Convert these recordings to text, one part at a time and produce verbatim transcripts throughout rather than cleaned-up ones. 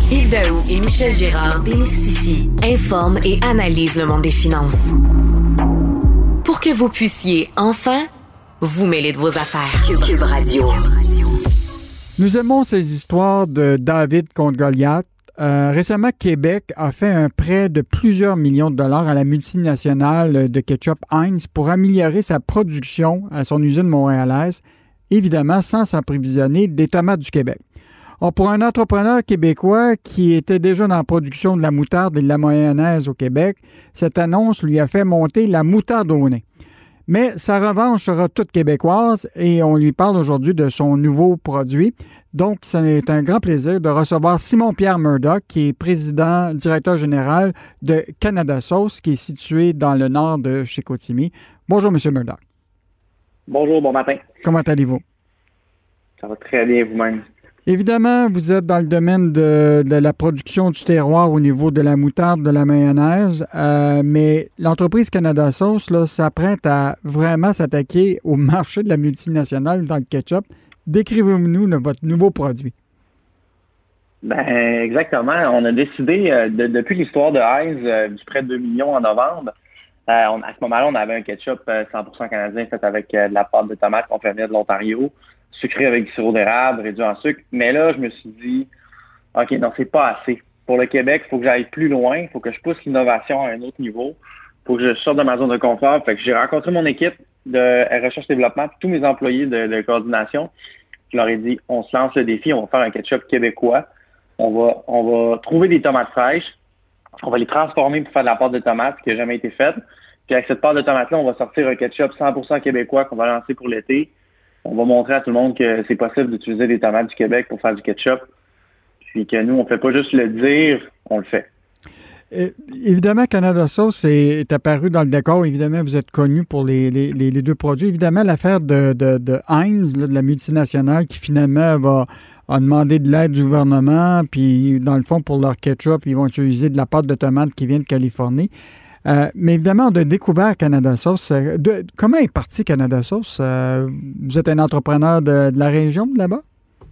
Yves Daou et Michel Girard démystifient, informent et analysent le monde des finances. Pour que vous puissiez enfin vous mêler de vos affaires. Cube, Cube Radio. Nous aimons ces histoires de David contre Goliath. Euh, récemment, Québec a fait un prêt de plusieurs millions de dollars à la multinationale de ketchup Heinz pour améliorer sa production à son usine montréalaise, évidemment sans s'approvisionner des tomates du Québec. Or, pour un entrepreneur québécois qui était déjà dans la production de la moutarde et de la mayonnaise au Québec, cette annonce lui a fait monter la moutarde au nez. Mais sa revanche sera toute québécoise et on lui parle aujourd'hui de son nouveau produit. Donc, c'est un grand plaisir de recevoir Simon-Pierre Murdoch, qui est président, directeur général de Canada Sauce, qui est situé dans le nord de Chicoutimi. Bonjour, M. Murdoch. Bonjour, bon matin. Comment allez-vous? Ça va très bien vous-même. Évidemment, vous êtes dans le domaine de, de la production du terroir au niveau de la moutarde, de la mayonnaise, euh, mais l'entreprise Canada Sauce là, s'apprête à vraiment s'attaquer au marché de la multinationale dans le ketchup. Décrivez-nous là, votre nouveau produit. Ben exactement. On a décidé, euh, de, depuis l'histoire de Heinz, euh, du prêt de deux millions en novembre, euh, on, à ce moment-là, on avait un ketchup euh, cent pour cent canadien fait avec euh, de la pâte de tomate qu'on venait de l'Ontario, sucré avec du sirop d'érable, réduit en sucre. Mais là, je me suis dit, OK, non, c'est pas assez. Pour le Québec, il faut que j'aille plus loin. Il faut que je pousse l'innovation à un autre niveau. Il faut que je sorte de ma zone de confort. Fait que j'ai rencontré mon équipe de recherche et développement, puis tous mes employés de, de coordination. Je leur ai dit, on se lance le défi, on va faire un ketchup québécois. On va, on va trouver des tomates fraîches. On va les transformer pour faire de la pâte de tomate qui n'a jamais été faite. Puis avec cette pâte de tomate-là, on va sortir un ketchup cent pour cent québécois qu'on va lancer pour l'été. On va montrer à tout le monde que c'est possible d'utiliser des tomates du Québec pour faire du ketchup. Puis que nous, on ne fait pas juste le dire, on le fait. Et, évidemment, Canada Sauce est, est apparu dans le décor. Évidemment, vous êtes connu pour les, les, les, les deux produits. Évidemment, l'affaire de, de, de Heinz, là, de la multinationale, qui finalement va a demandé de l'aide du gouvernement. Puis, dans le fond, pour leur ketchup, ils vont utiliser de la pâte de tomate qui vient de Californie. Euh, mais évidemment, on a découvert Canada Sauce. De, comment est parti Canada Sauce? Euh, vous êtes un entrepreneur de, de la région, de là-bas?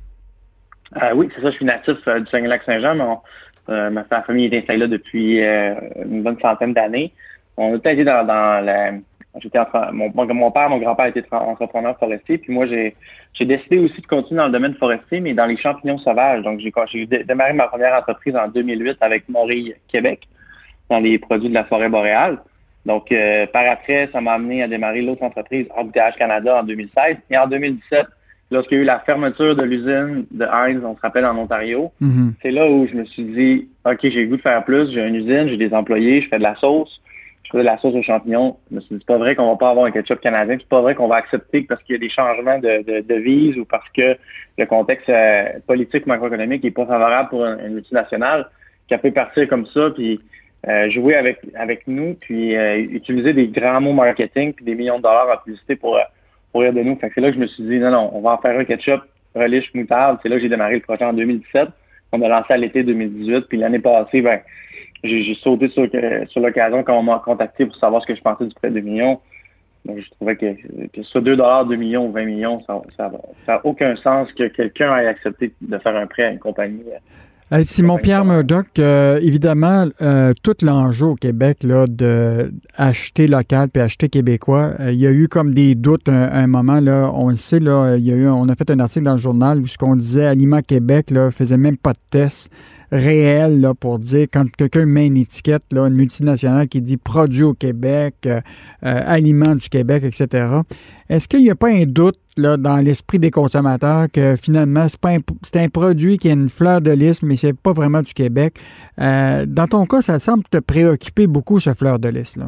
Euh, oui, c'est ça. Je suis natif euh, du Saguenay-Lac-Saint-Jean, mais on, euh, ma famille est installée là depuis euh, une bonne centaine d'années. On a tout été dans, dans la... J'étais entre, mon, mon père, mon grand-père était entrepreneur forestier, puis moi, j'ai, j'ai décidé aussi de continuer dans le domaine forestier, mais dans les champignons sauvages. Donc, j'ai, j'ai démarré ma première entreprise en deux mille huit avec Morille Québec, dans les produits de la forêt boréale. Donc, euh, par après, ça m'a amené à démarrer l'autre entreprise, Embouteillage Canada, en deux mille seize. Et en deux mille dix-sept, lorsqu'il y a eu la fermeture de l'usine de Heinz, on se rappelle, en Ontario, mm-hmm. c'est là où je me suis dit, OK, j'ai le goût de faire plus, j'ai une usine, j'ai des employés, je fais de la sauce, je fais de la sauce aux champignons. Je me suis dit, c'est pas vrai qu'on va pas avoir un ketchup canadien, c'est pas vrai qu'on va accepter parce qu'il y a des changements de, de, de devise ou parce que le contexte euh, politique macroéconomique n'est pas favorable pour une, une multinationale, qu'elle peut partir comme ça, puis Euh, jouer avec avec nous, puis euh, utiliser des grands mots marketing, puis des millions de dollars en publicité pour, pour rire de nous. Fait que c'est là que je me suis dit, non, non, on va en faire un ketchup relish moutarde. C'est là que j'ai démarré le projet en deux mille dix-sept. On a lancé à l'été deux mille dix-huit, puis l'année passée, ben j'ai, j'ai sauté sur, sur l'occasion quand on m'a contacté pour savoir ce que je pensais du prêt de deux millions. Donc, je trouvais que, que ce soit deux dollars, deux millions ou vingt millions, ça n'a ça, ça aucun sens que quelqu'un ait accepté de faire un prêt à une compagnie. Hey, Simon-Pierre Murdoch, euh, évidemment, euh, tout l'enjeu au Québec là, de acheter local puis acheter québécois, euh, il y a eu comme des doutes un, un moment. Là, on le sait, là, il y a eu, on a fait un article dans le journal où ce qu'on disait Aliments Québec ne faisait même pas de test réel là, pour dire quand quelqu'un met une étiquette, là, une multinationale qui dit produit au Québec, euh, euh, aliments du Québec, et cetera. Est-ce qu'il n'y a pas un doute là, dans l'esprit des consommateurs que finalement, c'est, pas un, c'est un produit qui a une fleur de lys, mais c'est pas vraiment du Québec? Euh, dans ton cas, ça semble te préoccuper beaucoup, ce fleur de lys-là.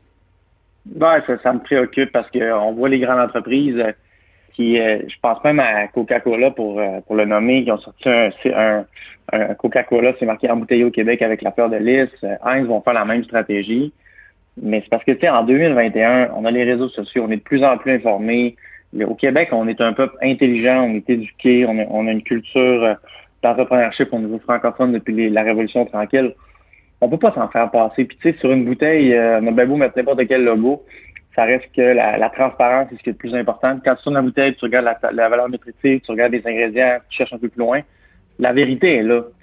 Ben, ça, ça me préoccupe parce qu'on voit les grandes entreprises euh, qui, euh, je pense même à Coca-Cola pour, euh, pour le nommer, qui ont sorti un, un, un Coca-Cola, c'est marqué embouteillé au Québec avec la fleur de lys. Heinz vont faire la même stratégie. Mais c'est parce que, tu sais, en deux mille vingt et un, on a les réseaux sociaux, on est de plus en plus informés. Au Québec, on est un peuple intelligent, on est éduqué, on a, on a une culture d'entrepreneurship au niveau francophone depuis les, la Révolution tranquille. On peut pas s'en faire passer. Puis, tu sais, sur une bouteille, euh, on a bien beau mettre n'importe quel logo, ça reste que la, la transparence, c'est ce qui est le plus important. Quand tu tournes la bouteille, tu regardes la, la valeur nutritive, tu regardes les ingrédients, tu cherches un peu plus loin. La vérité est là.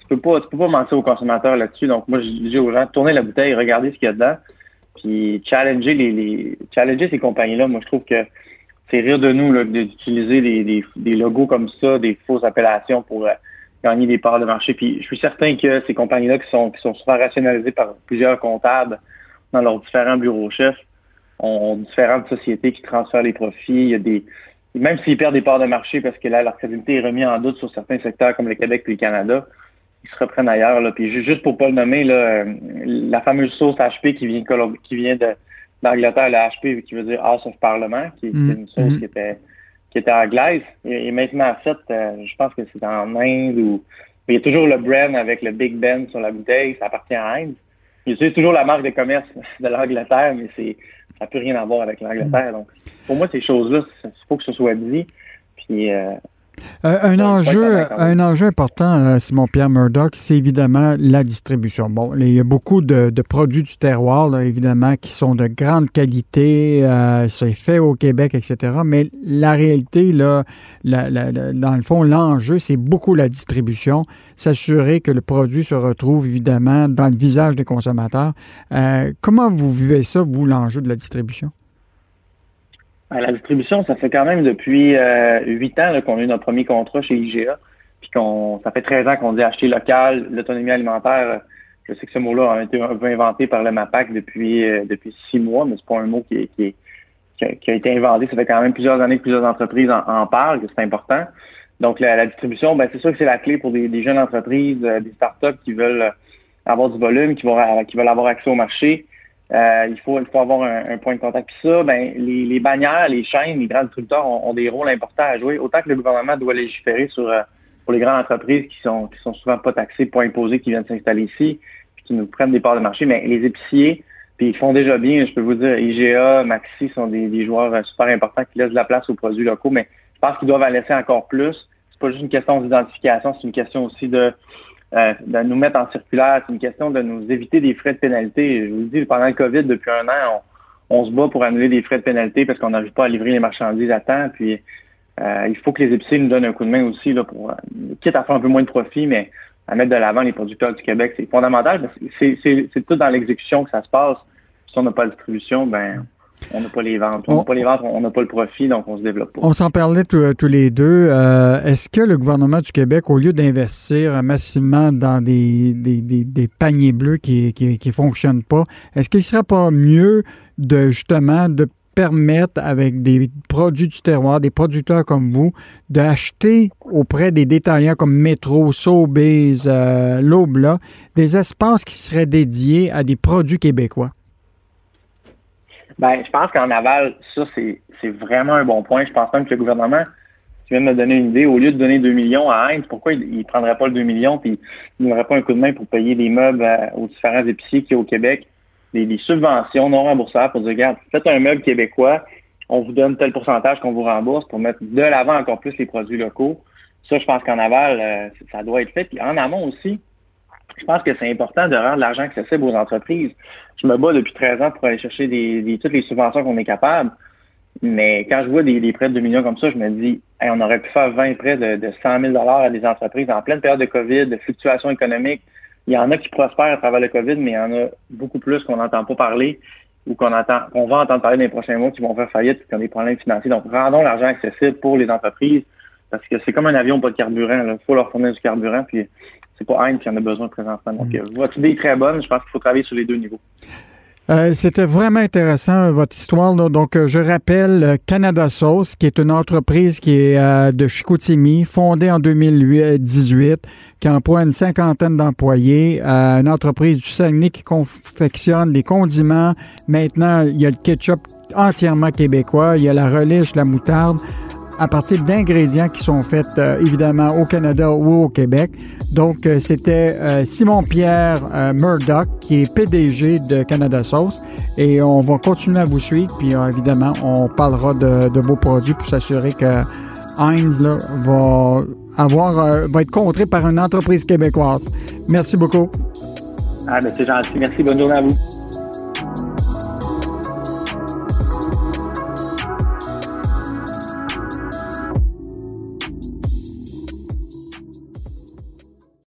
peux pas, tu peux pas mentir aux consommateurs là-dessus. Donc, moi, je dis aux gens, tournez la bouteille, regardez ce qu'il y a dedans, puis challenger les, les challenger ces compagnies-là. Moi, je trouve que c'est rire de nous là, d'utiliser des, des, des logos comme ça, des fausses appellations pour euh, gagner des parts de marché. Puis, je suis certain que ces compagnies-là qui sont, qui sont souvent rationalisées par plusieurs comptables dans leurs différents bureaux chefs ont différentes sociétés qui transfèrent les profits. Il y a des Même s'ils perdent des parts de marché parce que là, leur crédibilité est remise en doute sur certains secteurs comme le Québec et le Canada, ils se reprennent ailleurs. Là. Puis juste pour pas le nommer, là, la fameuse sauce H P qui vient, qui vient de, d'Angleterre, la H P qui veut dire House of Parliament, qui, mmh. qui est une sauce mmh. qui était qui était anglaise, et, et maintenant faite, euh, je pense que c'est en Inde ou il y a toujours le brand avec le Big Ben sur la bouteille, ça appartient à Inde. Il y a toujours la marque de commerce de l'Angleterre, mais c'est ça n'a plus rien à voir avec l'Angleterre. Donc, pour moi, ces choses-là, il faut que ce soit dit. Puis, euh, euh, un, enjeu, un enjeu important, euh, Simon-Pierre Murdoch, c'est évidemment la distribution. Bon, il y a beaucoup de, de produits du terroir, là, évidemment, qui sont de grande qualité, euh, c'est fait au Québec, et cetera. Mais la réalité, là, la, la, la, dans le fond, l'enjeu, c'est beaucoup la distribution. S'assurer que le produit se retrouve, évidemment, dans le visage des consommateurs. Euh, comment vous vivez ça, vous, l'enjeu de la distribution? La distribution, ça fait quand même depuis euh, huit ans là, qu'on a eu notre premier contrat chez I G A. Puis qu'on ça fait treize ans qu'on dit acheter local, l'autonomie alimentaire. Je sais que ce mot-là a été un peu inventé par le MAPAC depuis euh, depuis six mois, mais c'est pas un mot qui, est, qui, est, qui, a, qui a été inventé. Ça fait quand même plusieurs années que plusieurs entreprises en, en parlent, que c'est important. Donc la, la distribution, ben c'est sûr que c'est la clé pour des, des jeunes entreprises, euh, des startups qui veulent avoir du volume, qui vont qui veulent avoir accès au marché. Euh, il faut il faut avoir un, un point de contact. Puis ça, ben les, les bannières, les chaînes, les grands distributeurs ont, ont des rôles importants à jouer. Autant que le gouvernement doit légiférer sur euh, pour les grandes entreprises qui sont qui sont souvent pas taxées, pas imposées, qui viennent s'installer ici, puis qui nous prennent des parts de marché. Mais les épiciers, puis ils font déjà bien. Je peux vous dire, I G A, Maxi sont des, des joueurs super importants qui laissent de la place aux produits locaux. Mais je pense qu'ils doivent en laisser encore plus. C'est pas juste une question d'identification, c'est une question aussi de Euh, de nous mettre en circulaire. C'est une question de nous éviter des frais de pénalité. Je vous le dis, pendant le COVID, depuis un an, on, on se bat pour annuler des frais de pénalité parce qu'on n'arrive pas à livrer les marchandises à temps. Puis euh, il faut que les épiciers nous donnent un coup de main aussi, là, pour euh, quitte à faire un peu moins de profit, mais à mettre de l'avant les producteurs du Québec. C'est fondamental parce que c'est, c'est, c'est tout dans l'exécution que ça se passe. Si on n'a pas de distribution, ben on n'a pas les ventes. On n'a pas les ventes, on n'a pas le profit, donc on se développe pas. On s'en parlait tous, tous les deux. Euh, est-ce que le gouvernement du Québec, au lieu d'investir massivement dans des, des, des, des paniers bleus qui qui, qui fonctionnent pas, est-ce qu'il ne serait pas mieux de justement de permettre avec des produits du terroir, des producteurs comme vous, d'acheter auprès des détaillants comme Métro, Sobeys, euh, Loblaw, des espaces qui seraient dédiés à des produits québécois? Ben, je pense qu'en aval, ça, c'est, c'est vraiment un bon point. Je pense même que le gouvernement, tu viens de me donner une idée, au lieu de donner deux millions à Heinz, pourquoi il ne prendrait pas le deux millions puis il n'aurait pas un coup de main pour payer des meubles à, aux différents épiciers qu'il y a au Québec, des, des subventions non remboursables pour dire, regarde, faites un meuble québécois, on vous donne tel pourcentage qu'on vous rembourse pour mettre de l'avant encore plus les produits locaux. Ça, je pense qu'en aval, euh, ça doit être fait. Puis en amont aussi, je pense que c'est important de rendre l'argent accessible aux entreprises. Je me bats depuis treize ans pour aller chercher des, des, toutes les subventions qu'on est capable. Mais quand je vois des, des prêts de deux millions comme ça, je me dis, hey, on aurait pu faire vingt prêts de, de cent mille dollars à des entreprises en pleine période de COVID, de fluctuations économiques. Il y en a qui prospèrent à travers le COVID, mais il y en a beaucoup plus qu'on n'entend pas parler ou qu'on entend, qu'on va entendre parler dans les prochains mois qui vont faire faillite et qui ont des problèmes financiers. Donc, rendons l'argent accessible pour les entreprises parce que c'est comme un avion pas de carburant. Il faut leur fournir du carburant, puis c'est pas Heinz qui en a besoin présentement. Donc, mmh. votre idée est très bonne. Je pense qu'il faut travailler sur les deux niveaux. Euh, c'était vraiment intéressant, votre histoire, là. Donc, euh, je rappelle euh, Canada Sauce, qui est une entreprise qui est euh, de Chicoutimi, fondée en deux mille dix-huit, qui emploie une cinquantaine d'employés, euh, une entreprise du Saguenay qui confectionne des condiments. Maintenant, il y a le ketchup entièrement québécois, il y a la relish, la moutarde, à partir d'ingrédients qui sont faits euh, évidemment au Canada ou au Québec. Donc, euh, c'était euh, Simon-Pierre euh, Murdoch, qui est P D G de Canada Sauce. Et on va continuer à vous suivre. Puis, euh, évidemment, on parlera de, de vos produits pour s'assurer que Heinz là, va, avoir, euh, va être contré par une entreprise québécoise. Merci beaucoup. Ah, ben c'est gentil. Merci. Bonne journée à vous.